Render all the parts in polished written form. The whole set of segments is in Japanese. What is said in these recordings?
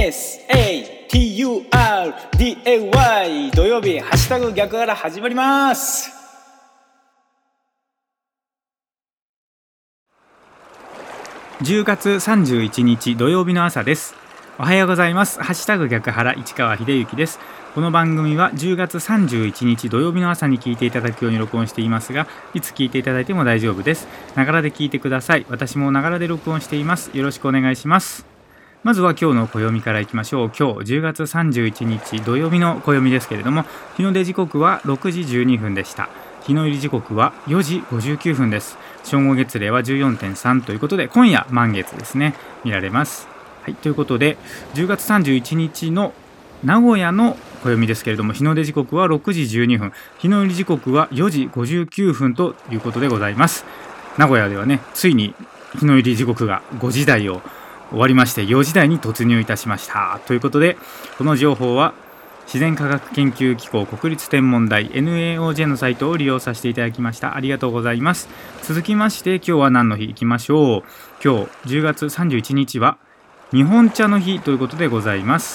SATURDAY 土曜日ハッシュタグ逆から始まります。10月31日土曜日の朝です。おはようございます。ハッシュタグ逆原市川秀幸です。この番組は10月31日土曜日の朝に聞いていただくように録音していますが、いつ聞いていただいても大丈夫です。ながらで聞いてください。私もながらで録音しています。よろしくお願いします。まずは今日の暦からいきましょう。今日10月31日土曜日の暦ですけれども、日の出時刻は6時12分でした。日の入り時刻は4時59分です。正午月齢は 14.3 ということで、今夜満月ですね、見られます。はい、ということで10月31日の名古屋の暦ですけれども、日の出時刻は6時12分、日の入り時刻は4時59分ということでございます。名古屋ではね、ついに日の入り時刻が5時台を終わりまして、4時台に突入いたしました。ということで、この情報は自然科学研究機構国立天文台 NAOJ のサイトを利用させていただきました。ありがとうございます。続きまして、今日は何の日いきましょう。今日10月31日は日本茶の日ということでございます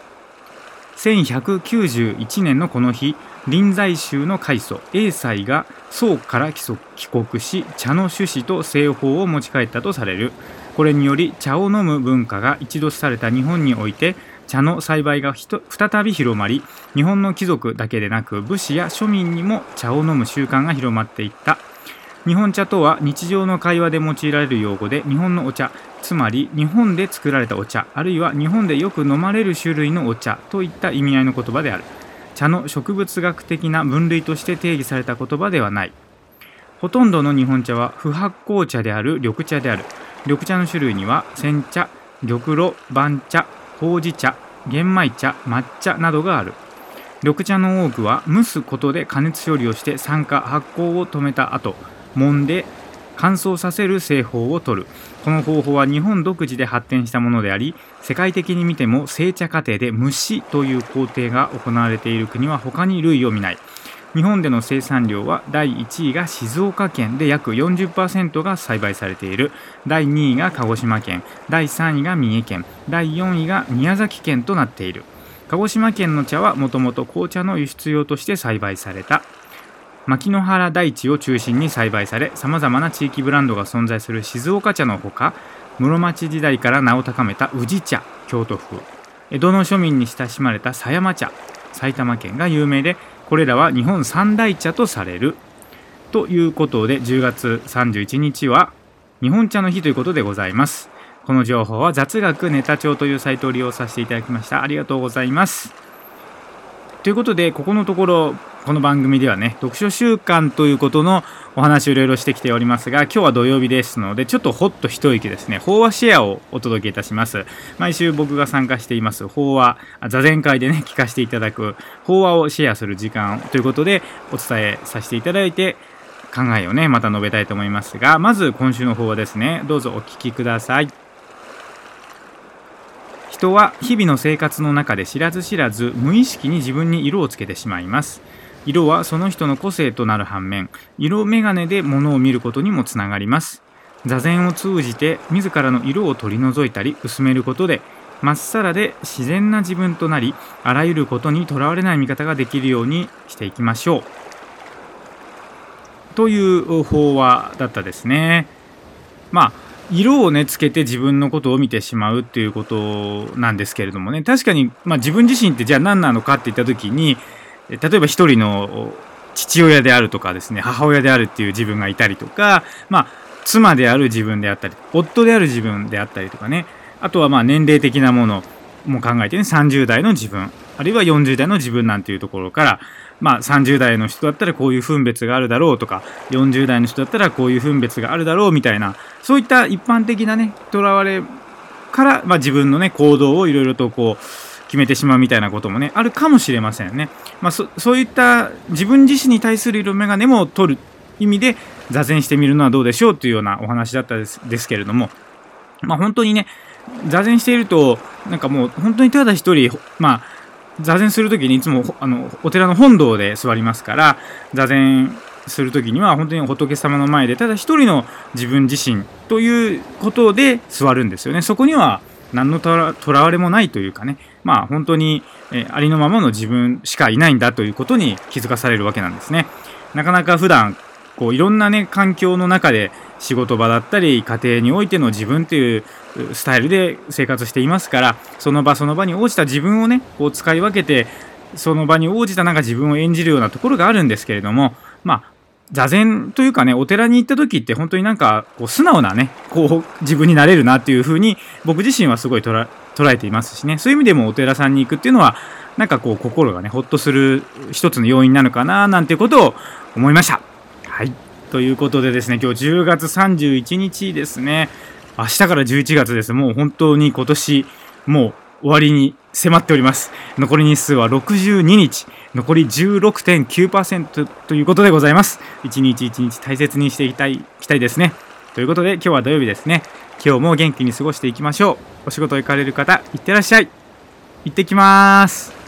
。1191年のこの日、臨済宗の開祖栄西が宋から帰国し、茶の種子と製法を持ち帰ったとされる。これにより茶を飲む文化が一度された日本において、茶の栽培が再び広まり、日本の貴族だけでなく武士や庶民にも茶を飲む習慣が広まっていった。日本茶とは日常の会話で用いられる用語で、日本のお茶、つまり日本で作られたお茶、あるいは日本でよく飲まれる種類のお茶といった意味合いの言葉である。茶の植物学的な分類として定義された言葉ではない。ほとんどの日本茶は不発酵茶である緑茶である。緑茶の種類には煎茶、玉露、番茶、ほうじ茶、玄米茶、抹茶などがある。緑茶の多くは蒸すことで加熱処理をして酸化発酵を止めた後、揉んで乾燥させる製法を取る。この方法は日本独自で発展したものであり、世界的に見ても製茶過程で蒸しという工程が行われている国は他に類を見ない。日本での生産量は第1位が静岡県で約 40% が栽培されている。第2位が鹿児島県、第3位が三重県、第4位が宮崎県となっている。鹿児島県の茶はもともと紅茶の輸出用として栽培された。牧之原台地を中心に栽培され、さまざまな地域ブランドが存在する静岡茶のほか、室町時代から名を高めた宇治茶、京都府、江戸の庶民に親しまれた狭山茶、埼玉県が有名で、これらは日本三大茶とされる。ということで、10月31日は日本茶の日ということでございます。この情報は雑学ネタ帳というサイトを利用させていただきました。ありがとうございます。ということで、ここのところこの番組ではね、読書習慣ということのお話をいろいろしてきておりますが、今日は土曜日ですので、ちょっとほっと一息ですね、法話シェアをお届けいたします。毎週僕が参加しています法話、座禅会でね、聞かせていただく法話をシェアする時間ということでお伝えさせていただいて、考えをね、また述べたいと思いますが、まず今週の法話ですね、どうぞお聞きください。人は日々の生活の中で知らず知らず無意識に自分に色をつけてしまいます。色はその人の個性となる反面、色眼鏡で物を見ることにもつながります。座禅を通じて自らの色を取り除いたり薄めることで、まっさらで自然な自分となり、あらゆることにとらわれない見方ができるようにしていきましょう。という法話だったですね。色をねつけて自分のことを見てしまうっていうことなんですけれどもね、確かに、自分自身ってじゃあ何なのかっていった時に、例えば一人の父親であるとかですね、母親であるっていう自分がいたりとか、妻である自分であったり、夫である自分であったりとかね、あとは年齢的なものも考えてね、30代の自分、あるいは40代の自分なんていうところから、30代の人だったらこういう分別があるだろうとか、40代の人だったらこういう分別があるだろうみたいな、そういった一般的なね、とらわれから、自分のね行動をいろいろとこう決めてしまうみたいなこともね、あるかもしれませんね。そういった自分自身に対する色眼鏡も取る意味で座禅してみるのはどうでしょうというようなお話だったですけれども、本当にね、座禅しているとなんかもう本当にただ一人、座禅するときにいつもお寺の本堂で座りますから、座禅するときには本当に仏様の前でただ一人の自分自身ということで座るんですよね。そこには何のとらわれもないというかね、本当に、ありのままの自分しかいないんだということに気づかされるわけなんですね。なかなか普段いろんなね環境の中で仕事場だったり家庭においての自分というスタイルで生活していますから、その場その場に応じた自分をね使い分けて、その場に応じた自分を演じるようなところがあるんですけれども、座禅というかね、お寺に行った時って本当に素直なね自分になれるなっていう風に僕自身はすごい捉えていますしね。そういう意味でもお寺さんに行くっていうのは心がねほっとする一つの要因なのかななんていうことを思いました。はい、ということでですね、今日10月31日ですね。明日から11月です。もう本当に今年もう終わりに迫っております。残り日数は62日、残り 16.9% ということでございます。一日一日大切にしていきたいですね。ということで今日は土曜日ですね。今日も元気に過ごしていきましょう。お仕事行かれる方、いってらっしゃい。行ってきます。